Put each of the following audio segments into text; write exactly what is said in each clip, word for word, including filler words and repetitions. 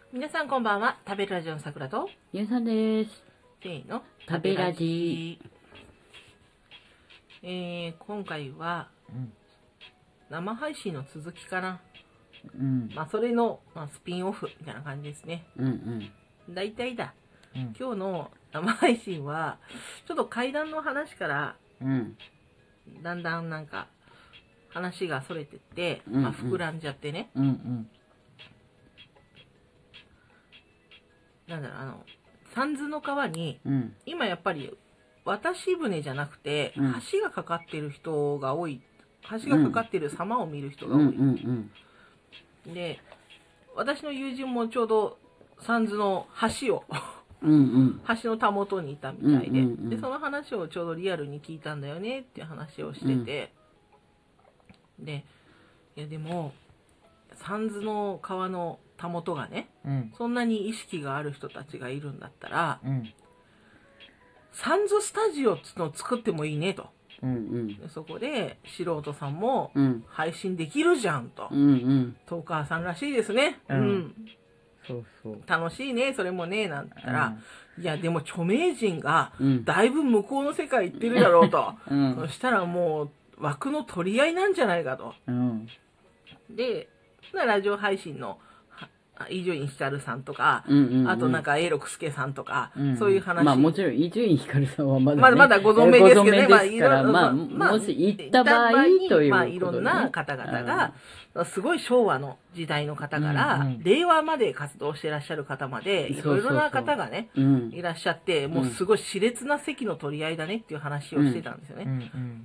皆さんこんばんは。食べるラジオのさくらとゆうさんです。 せーの食べラジ。 えー、今回はうん生配信の続きかな。 うんまあそれの、まあ、スピンオフみたいな感じですね。 うん大体だ。 うん今日の生配信はちょっと階段の話からうんだんだんなんか話がそれてって、 うんうんまあ、膨らんじゃってね。 うんうんなんだろう、あの三途の川にうん今やっぱり渡し船じゃなくて、 うん橋がかかってる人が多い。橋がかかってる様を見る人が多い。 うんうんで、私の友人もちょうど三途の橋をうんうん橋のたもとにいたみたいで、 うんうんうんでその話をちょうどリアルに聞いたんだよねっていう話をしてて、で、いやでも三途の川のたもとがね、 うんそんなに意識がある人たちがいるんだったら、 うん三途スタジオっつのを作ってもいいねと。 うんでそこで素人さんもうん配信できるじゃんと。 うんうんトーカーさんらしいですね。 ううんん。 そうそう楽しいね、それもね、なんて言ったら、いや、でも著名人がうんだいぶ向こうの世界行ってるだろうと。 うんそしたらもう枠の取り合いなんじゃないかと。 うんで、ラジオ配信の伊集院光さんとか、 うんうんうんあとなんか永六輔さんとか、 うんそういう話。 まあもちろん伊集院光さんはまだねまだまだご存命ですけどね。 ご存命ですからまあまあもし行った場合ということでねまあいろんな方々が、すごい昭和の時代の方から、 うんうん令和まで活動してらっしゃる方まで、いろいろな方がね、 うんいらっしゃって、もうすごい熾烈な席の取り合いだねっていう話をしてたんですよね。 うんうん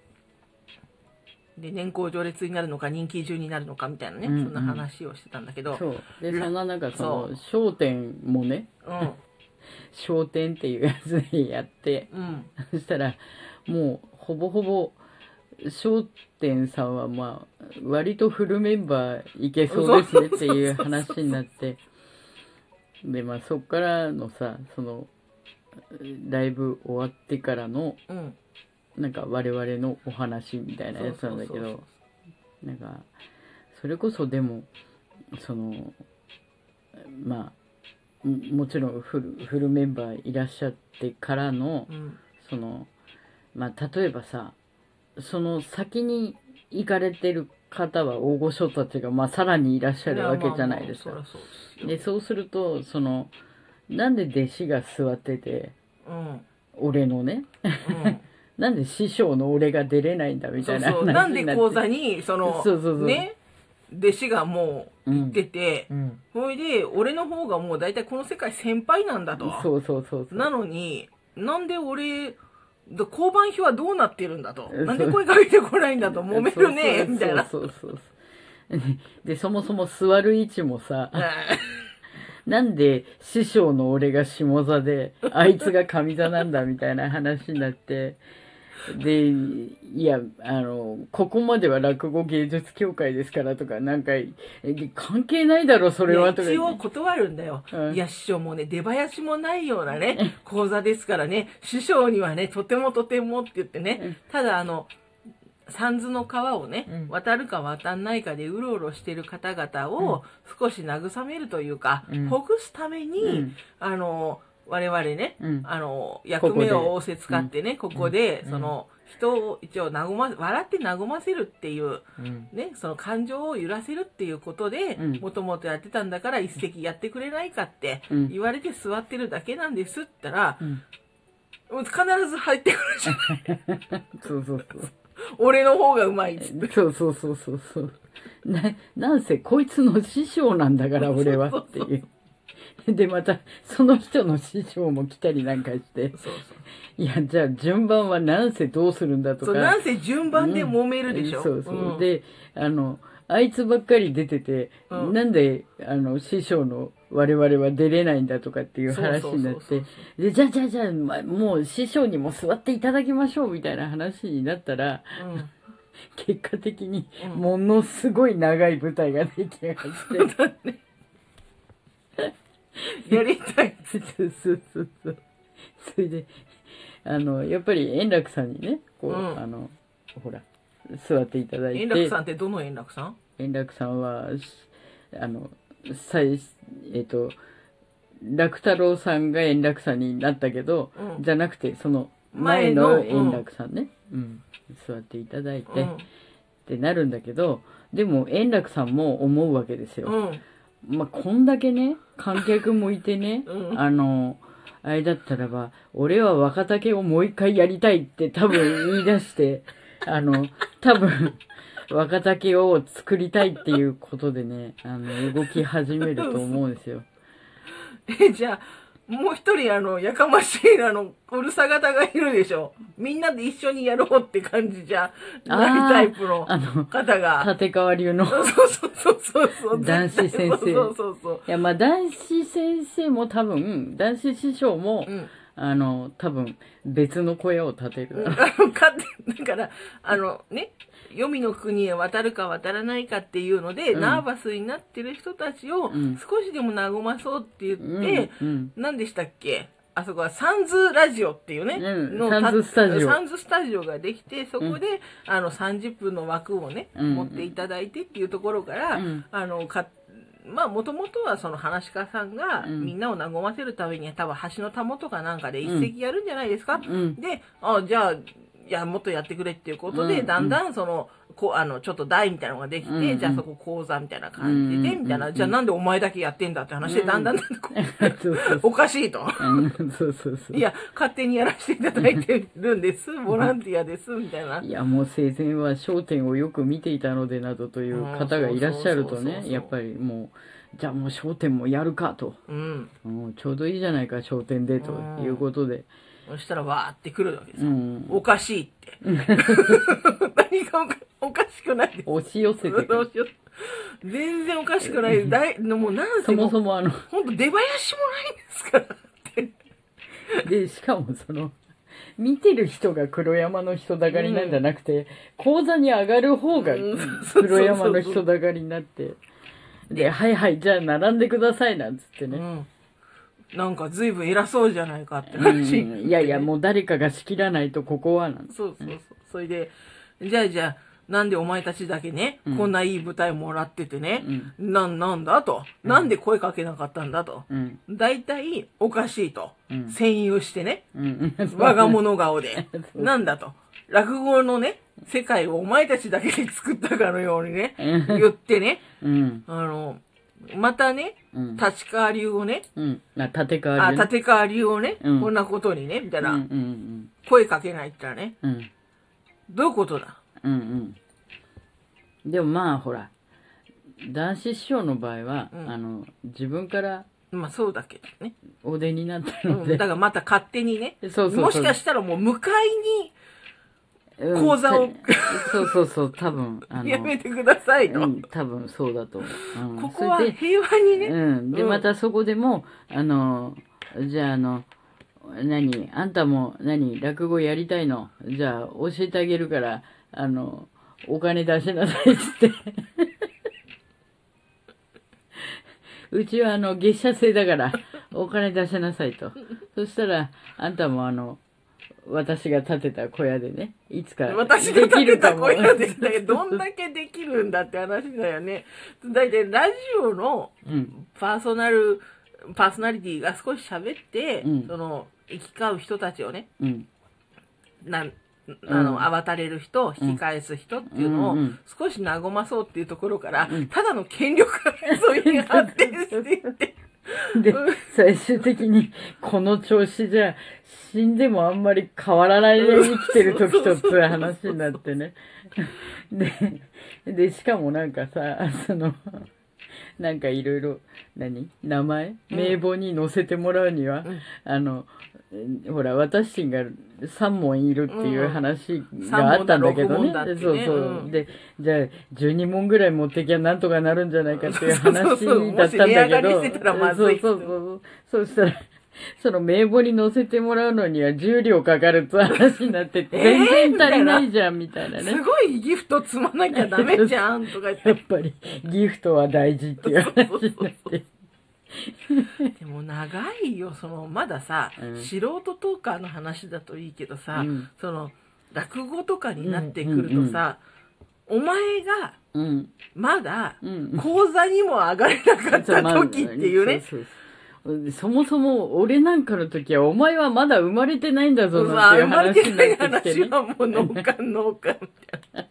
で、年功序列になるのか人気順になるのかみたいなね、 うんうんそんな話をしてたんだけど、 そうでそんななんかそのそう商店もねうん、 商店っていうやつでやってうん、 そしたらもうほぼほぼ商店さんはまあ割とフルメンバーいけそうですねっていう話になってでまあそっからのさそのライブ終わってからのうん。 なんか我々のお話みたいなやつなんだけそうそうそうどなんかそれこそでもそのまあももちろんフルフルメンバーいらっしゃってからのうん、 そのまあ例えばさその先に行かれてる方は大御所たちがまあさらにいらっしゃるわけじゃないですか。 やまあまあそりゃそうですよ。 でそうするとそのなんで弟子が座っててうん、 俺のねうん。 なんで師匠の俺が出れないんだみたいなそうそう。 話になってなんで講座に、その、 そうそうそうね、弟子がもう行ってて、 うんそれで、俺の方がもう大体この世界先輩なんだと。 そうそうそうそうなのに、なんで俺、だ交番表はどうなってるんだと。 そうなんで声かけてこないんだと。揉めるね、みたいな。 そうそうそうそうでそもそも座る位置もさなんで師匠の俺が下座であいつが上座なんだみたいな話になってでいやあのここまでは落語芸術協会ですからとかなんかえ関係ないだろそれはとか一応断るんだよ。 うんいや、師匠もね、出囃子もないようなね、講座ですからね、師匠にはね、とてもとてもって言ってね、ただあの、三途の川をね、 うん渡るか渡んないかでうろうろしてる方々を少し慰めるというか、 うんほぐすために、 うんあの、我々ね、 うんあの、役目を仰せ使ってね、ここで、 うんその、人を一応和ま、笑って和ませるっていう、 うんね、その感情を揺らせるっていうことでうんもともとやってたんだから一席やってくれないかってうん言われて座ってるだけなんですって言ったら、 うんもう必ず入ってくるじゃん。 そうそうそう俺の方がうまいっつって。 そうそうそうそうそうななんせこいつの師匠なんだから俺はっていうでまたその人の師匠も来たりなんかしてそうそういやじゃあ順番はなんせどうするんだとかそうなんせ順番で揉めるでしょ。 うんそうそう、 んであのあいつばっかり出てて、 うんなんであの師匠の我々は出れないんだとかっていう話になっそうそうそうてでじゃあじゃあじゃあ、ま、もう師匠にも座っていただきましょうみたいな話になったらそううん結果的にうんものすごい長い舞台が出来上がって、 だねやりたい。 そうそうそうそうそれであのやっぱり円楽さんにねこう、 うんあのほら座っていただいて円楽さんってどの円楽さん？ 円楽さんはしあの最えっと、楽太郎さんが円楽さんになったけど、 うん、 じゃなくて、その前の円楽さんね、うん、うん、座っていただいて、うん、ってなるんだけど、でも円楽さんも思うわけですよ。うん、まあ、こんだけね、観客もいてね、うん、あの、あれだったらば、俺は若竹をもう一回やりたいって多分言い出して、あの、多分、若竹を作りたいっていうことでね、あの、動き始めると思うんですよ。 え、じゃあ、もう一人、あの、やかましい、あの、うるさ型がいるでしょ。みんなで一緒にやろうって感じじゃないタイプの方が。 立川流の。 そうそうそうそうそう。 男子先生。 そうそうそう。 いや、まあ、男子先生も多分、男子師匠も、うん、あの、多分、別の声を立てる。 あの、かって、だから、あの、ね、黄泉の国へ渡るか渡らないかっていうので、うん、ナーバスになってる人たちを少しでも和まそうって言って、うんうん、何でしたっけ、あそこはサンズラジオっていうね、 うん、のサンズスタジオ。 サンズスタジオができて、そこで、うん、あのさんじゅっぷんの枠をね、うん、持っていただいてっていうところから、うん、あの、かまあ、もともとはその話し家さんがみんなを和ませるためには多分橋のたもとかなんかで一席やるんじゃないですか、うん、で、あ、じゃあ、いや、もっとやってくれっていうことで、うん、だんだんその、こう、あの、ちょっと台みたいなのができて、うん、じゃあそこ講座みたいな感じで、みたいな、うん、じゃあなんでお前だけやってんだって話で、だんだんだんこう、おかしいと。 そうそうそう。 いや、勝手にやらせていただいてるんです、ボランティアです、みたいな。 いや、もう生前は笑点をよく見ていたのでなどという方がいらっしゃるとね、やっぱりもう、じゃあもう笑点もやるかと。うん。もうちょうどいいじゃないか、笑点で、ということで。 そしたらわーってくるわけですよ。うん、おかしいって。何がおかしくないです。 押し寄せてくる。 全然おかしくない。だいもうなんせそもそもあの、 本当出囃子もないんですからって。で、しかもその、見てる人が黒山の人だかりなんじゃなくて、うん、講座に上がる方が黒山の人だかりになって、で、はいはい、じゃあ並んでくださいなんつってね。うんなんか随分偉そうじゃないかって話、 うん、いやいやもう誰かが仕切らないとここはなんそうそうそうそれでじゃあじゃあなんでお前たちだけね、うん、こんないい舞台もらっててね、うん、ななんだと、うん、なんで声かけなかったんだと、うん、大体おかしいと、うん、占有してね、うん、我が物顔でなんだと落語のね世界をお前たちだけで作ったかのようにね言ってね、うん、あのまたね、うん、立川流をね、 うん、立川流、 ね、あ、立川流をね、うん、こんなことにね、みたいな、うんうんうん、声かけないって言ったらね、うん、どういうことだ、うんうん、でもまあほら、男子師匠の場合は、うん、あの、自分から、 まあそうだけどね。 お出になったので、 うん。だからまた勝手にね、 そうそうそう、 もしかしたらもう迎えに、講座を、うん、 そうそうそう、多分、 あの、やめてくださいと。 うん、多分そうだと思う。 うん、ここは平和にね。 うん。で、またそこでも、あの、じゃあ、あの、何あんたも、何落語やりたいのじゃあ、教えてあげるから、あの、お金出しなさいっつって。うちは、あの、月謝制だから、お金出しなさいと。そしたら、あんたも、あの、私が建てた小屋でね、いつかできるかも。 私が建てた小屋で、どんだけできるんだって話だよね。だいたいラジオのパーソナル、うん、パーソナリティが少し喋って、うん、その、行き交う人たちをね、うん、なんあの、うん、暴たれる人、引き返す人っていうのを少し和まそうっていうところから、うん、ただの権力争いに発展していって、 で、最終的に、この調子じゃ、死んでもあんまり変わらないで生きてる時とつう話になってね。で、で、しかもなんかさ、その、なんかいろいろ、何名前名簿に載せてもらうには、うん、あの、ほら、私がさん問いるっていう話があったんだけどね。うん、ねそうそう、うん。で、じゃあ、じゅうに問ぐらい持ってきゃなんとかなるんじゃないかっていう話だったんだけど。そうそうそう。そうしたら、その名簿に載せてもらうのにはじゅう両かかるって話になってて、全然足りないじゃんみたいなね。 すごいギフト積まなきゃダメじゃんとか言って。 やっぱりギフトは大事っていう話になって。 でも長いよ、そのまださ、うん、素人トーカーの話だといいけどさ、うん、その落語とかになってくるとさ、 お前がうん。 まだうん。 講座にも上がれなかった時っていうね。 そうそうそうそもそも俺なんかの時はお前はまだ生まれてないんだぞまあ、 なんていう生まれて話にないなってきて、ね、 話はもう農家農家みたいな。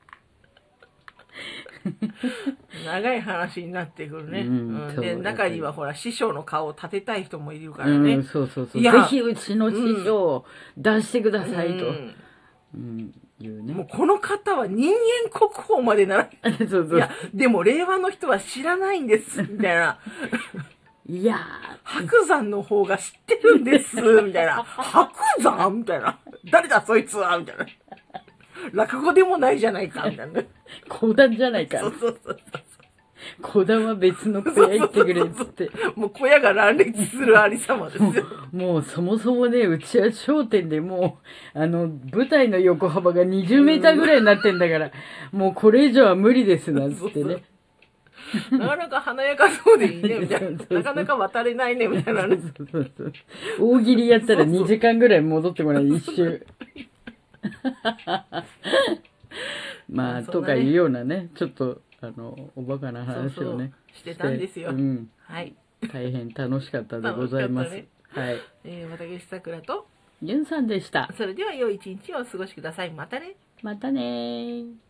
長い話になってくるね。 うんうんそうで中にはほら師匠の顔を立てたい人もいるからね。 うん、そうそうそう。 いやぜひうちの師匠を出してくださいと。 うんうん、言うね。 もうこの方は人間国宝までならない。 そうそう。 いや、でも令和の人は知らないんです、みたいな。 いや白山の方が知ってるんです、みたいな。白山みたいな。誰だそいつはみたいな。落語でもないじゃないか、みたいな。 講談じゃないかそう。そうそう講談は別の小屋行ってくれっつって。 もう小屋が乱立するありさまですよ。 もうそもそもね、うちは商店でもう、あの、舞台の横幅がにじゅうメーターぐらいになってんだから、もうこれ以上は無理ですなんつってね。 なかなか華やかそうでいいね、みたいな。なかなか渡れないね、みたいなね。 そうそうそう大喜利やったらにじかんぐらい戻ってこない、一周。まあ、とかいうようなね、ちょっと、あの、おバカな話をね。 そうそうしてたんですよ。 うん。 はい。 大変楽しかったでございます。 楽しはい。 えー、私さくらと、 じゅんさんでした。 それでは良い一日をお過ごしください。またね。 またねー。